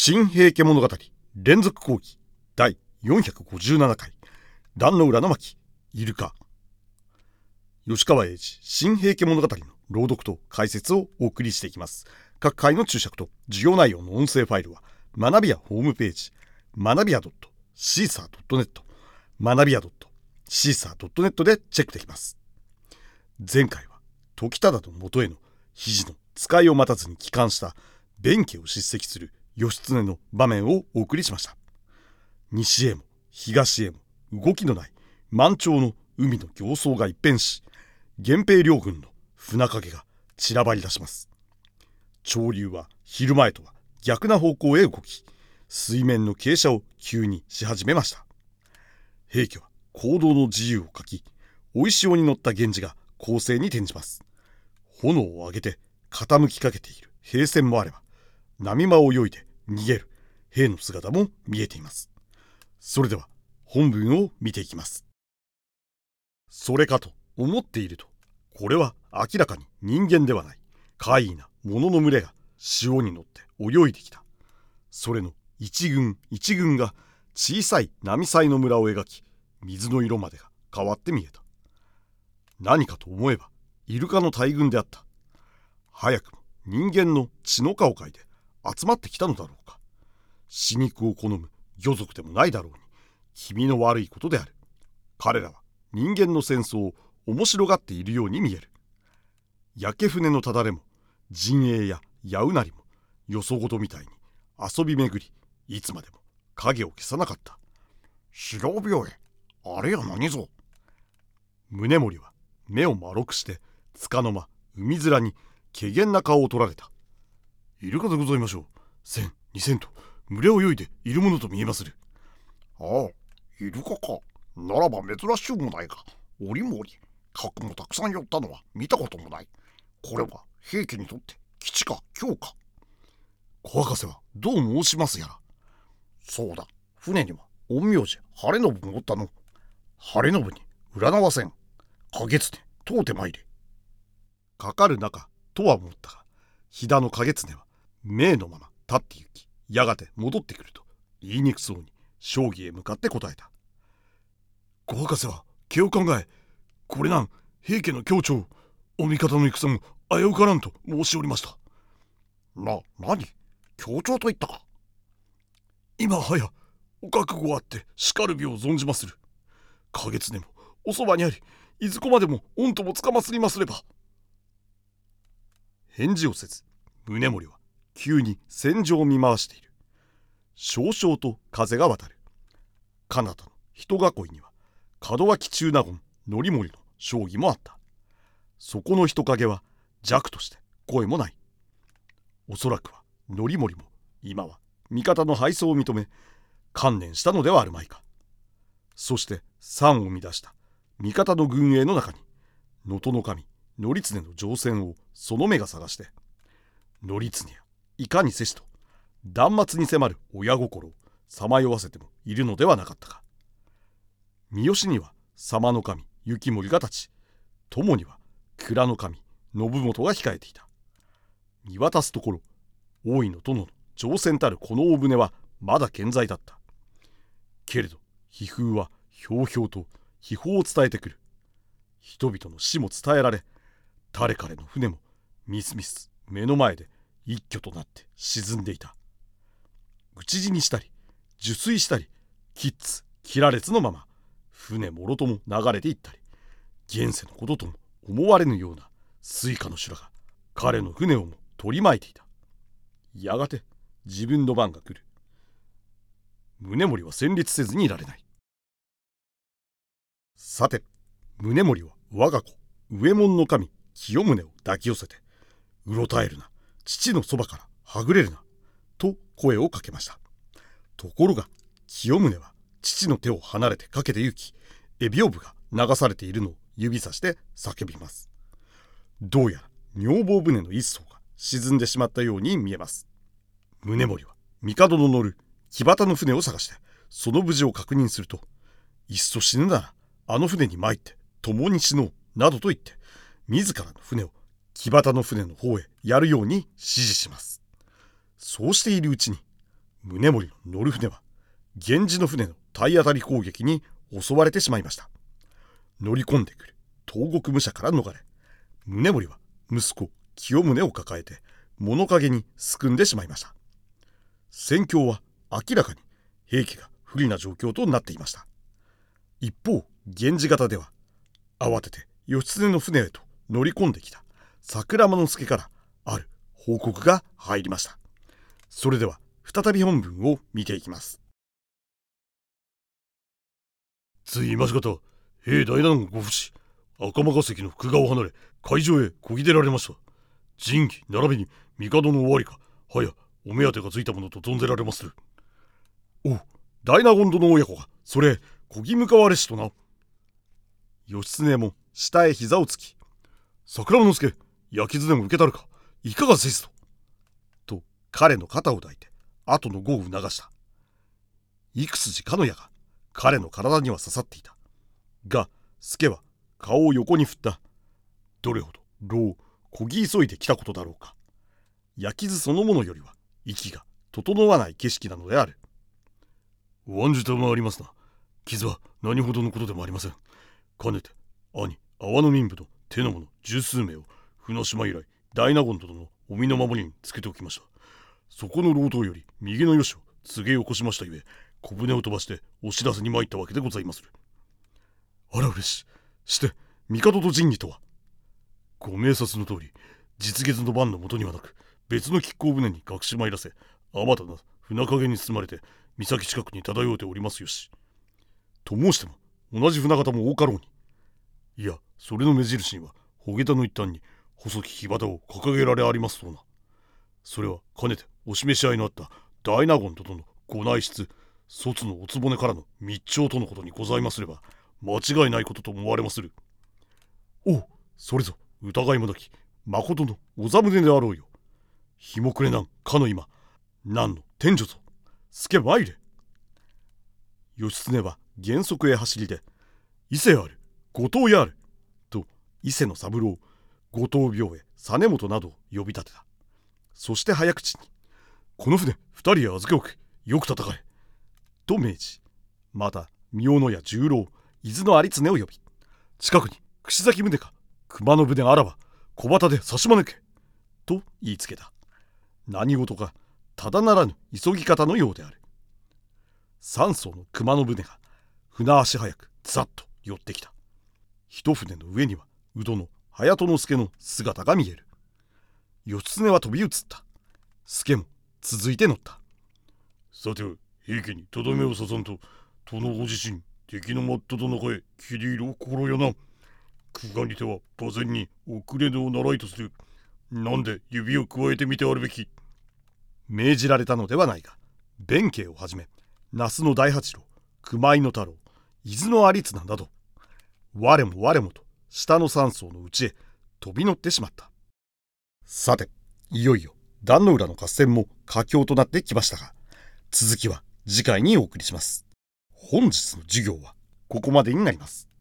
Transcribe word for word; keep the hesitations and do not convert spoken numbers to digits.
新平家物語連続講義だいよんひゃくごじゅうななかい壇の浦の巻イルカ。吉川英治新平家物語の朗読と解説をお送りしていきます。各回の注釈と授業内容の音声ファイルは学びやホームページ学びや シーサードットネット 学びや シーサードットネット でチェックできます。前回は時忠の元への肘の使いを待たずに帰還した弁慶を叱責する義経の場面をお送りしました。西へも東へも動きのない満潮の海の形相が一変し、源平両軍の船影が散らばり出します。潮流は昼前とは逆な方向へ動き、水面の傾斜を急にし始めました。平家は行動の自由を欠き、追い潮に乗った源氏が攻勢に転じます。炎を上げて傾きかけている兵船もあれば、波間を泳いで逃げる兵の姿も見えています。それでは本文を見ていきます。それかと思っていると、これは明らかに人間ではない怪異な物の群れが潮に乗って泳いできた。それの一群一群が小さい波彩の村を描き、水の色までが変わって見えた。何かと思えばイルカの大群であった。早くも人間の血の顔界で集まってきたのだろうか。死肉を好む魚族でもないだろうに、気味の悪いことである。彼らは人間の戦争を面白がっているように見える。焼け船のただれも陣営や矢うなりもよそごとみたいに遊び巡り、いつまでも影を消さなかった。 白病へ、あれや何ぞ。 宗盛は目を丸くして束の間海面に怪げな顔を取られた。イルカでございましょう。千二千と群れ泳いでいるものと見えまする。 ああ、イルカか。ならば珍しゅうもないが、折も折核もたくさん寄ったのは見たこともない。これは平家にとって基地か強か。 小博士はどう申しますやら。 そうだ、船には陰陽師晴信もおったの。晴信に占わせん。影常通ってまいれ。 かかる中とは思ったが、飛騨の影常は命のまま立って行き、やがて戻ってくると言いにくそうに将棋へ向かって答えた。小博士は気を考え、これなん平家の協調、お味方の戦も危うからんと申しおりました。 な、何協調と言ったか。 今はやお覚悟あってしかるべを存じまする。影常もおそばにあり、いずこまでも御ともつかまつりますれば。返事をせず、宗盛は急に戦場を見回している。少々と風が渡る。彼方の人囲いには門脇中納言則盛の将棋もあった。そこの人影は弱として声もない。おそらくは則盛も今は味方の敗走を認め観念したのではあるまいか。そして賛を乱した味方の軍営の中に、能登守則常の乗船をその目が探して、則常やいかにせしと断末に迫る親心をさまよわせてもいるのではなかったか。三好には様の神雪森が立ち、友には蔵の神信元が控えていた。見渡すところ大井の殿の乗船たるこの大船はまだ健在だった。けれど悲風はひょうひょうと秘宝を伝えてくる。人々の死も伝えられ、誰彼の船もみすみす目の前で一挙となって沈んでいた。討ち死にしたり受水したり、きっつきられつのまま船もろとも流れていったり、現世のこととも思われぬような水下の修羅が彼の船をも取り巻いていた。やがて自分の番が来る。宗盛は戦慄せずにいられない。さて、宗盛は我が子上門の神清宗を抱き寄せて、うろたえるな、父のそばからはぐれるなと声をかけました。ところが清宗は父の手を離れてかけて行き、エビオブが流されているのを指さして叫びます。どうやら女房船の一艘が沈んでしまったように見えます。宗盛は帝の乗る木端の船を探してその無事を確認すると、いっそ死ぬならあの船に参って共に死のうなどと言って、自らの船を木端の船の方へやるように指示します。そうしているうちに宗盛の乗る船は源氏の船の体当たり攻撃に襲われてしまいました。乗り込んでくる東国武者から逃れ、宗盛は息子清宗を抱えて物陰にすくんでしまいました。戦況は明らかに平家が不利な状況となっていました。一方、源氏方では慌てて義経の船へと乗り込んできた桜間之助からある報告が入りました。それでは再び本文を見ていきます。つい今しがた、平大納言ご父子赤間ヶ関の福川を離れ海上へ漕ぎ出られました。仁義並びに帝の終わりか、はやお目当てがついたものと存ぜられまする。おう、大納言殿親子がそれへ漕ぎ向かわれしとな。義経も下へ膝をつき、桜間之助、焼きずでも受けたるか、いかがせしとと彼の肩を抱いて後の語を促した。幾筋かの矢が彼の体には刺さっていたが、助は顔を横に振った。どれほど牢を漕ぎ急いできたことだろうか。焼きずそのものよりは息が整わない景色なのである。お案じたまありますな。傷は何ほどのことでもありません。かねて兄阿波の民部の手の者十数名を船島以来大納言殿のお身の守りにつけておきました。そこの牢島より右の吉を告げ起こしましたゆえ、小舟を飛ばしてお知らせに参ったわけでございまする。あら嬉し。して帝と仁義とは。ご明察の通り、実月の番のもとにはなく別の亀甲船に隠し参らせ、あまたな船影に包まれて岬近くに漂うておりますよし。と申しても同じ船方も多かろうに。いや、それの目印には穂下駄の一端に細き火旗を掲げられありますとな。それはかねてお示し合いのあった大納言殿のご内室卒のおつぼねからの密帳とのことにございますれば間違いないことと思われまする。おう、それぞ疑いもなき誠のお座宗であろうよ。日も暮れなんかの今、何の天女ぞ、助参れ。義経は原則へ走りで、伊勢ある、後藤やあると伊勢の三郎、後藤病へ実元などを呼び立てた。そして早口に、この船二人へ預け置く、よく戦えと命じ、また三尾や十郎、伊豆の有常を呼び、近くに串崎宗か熊の船あらば小旗で差し招けと言いつけた。何事かただならぬ急ぎ方のようである。三艘の熊の船が船足早くざっと寄ってきた。一船の上には宇戸の隼人之助の姿が見える。義経は飛び移った。助も続いて乗った。さては平家にとどめを刺さんと、殿ご自身敵の真っ只中へ切り入る心よな。久我にては馬前に遅れぬを習いとする。なんで指を加えてみてあるべき。命じられたのではないが、弁慶をはじめ那須の大八郎、熊井の太郎、伊豆の有綱など我も我もと下の三層のうちへ飛び乗ってしまった。さて、いよいよ壇ノ浦の合戦も佳境となってきましたが、続きは次回にお送りします。本日の授業はここまでになります。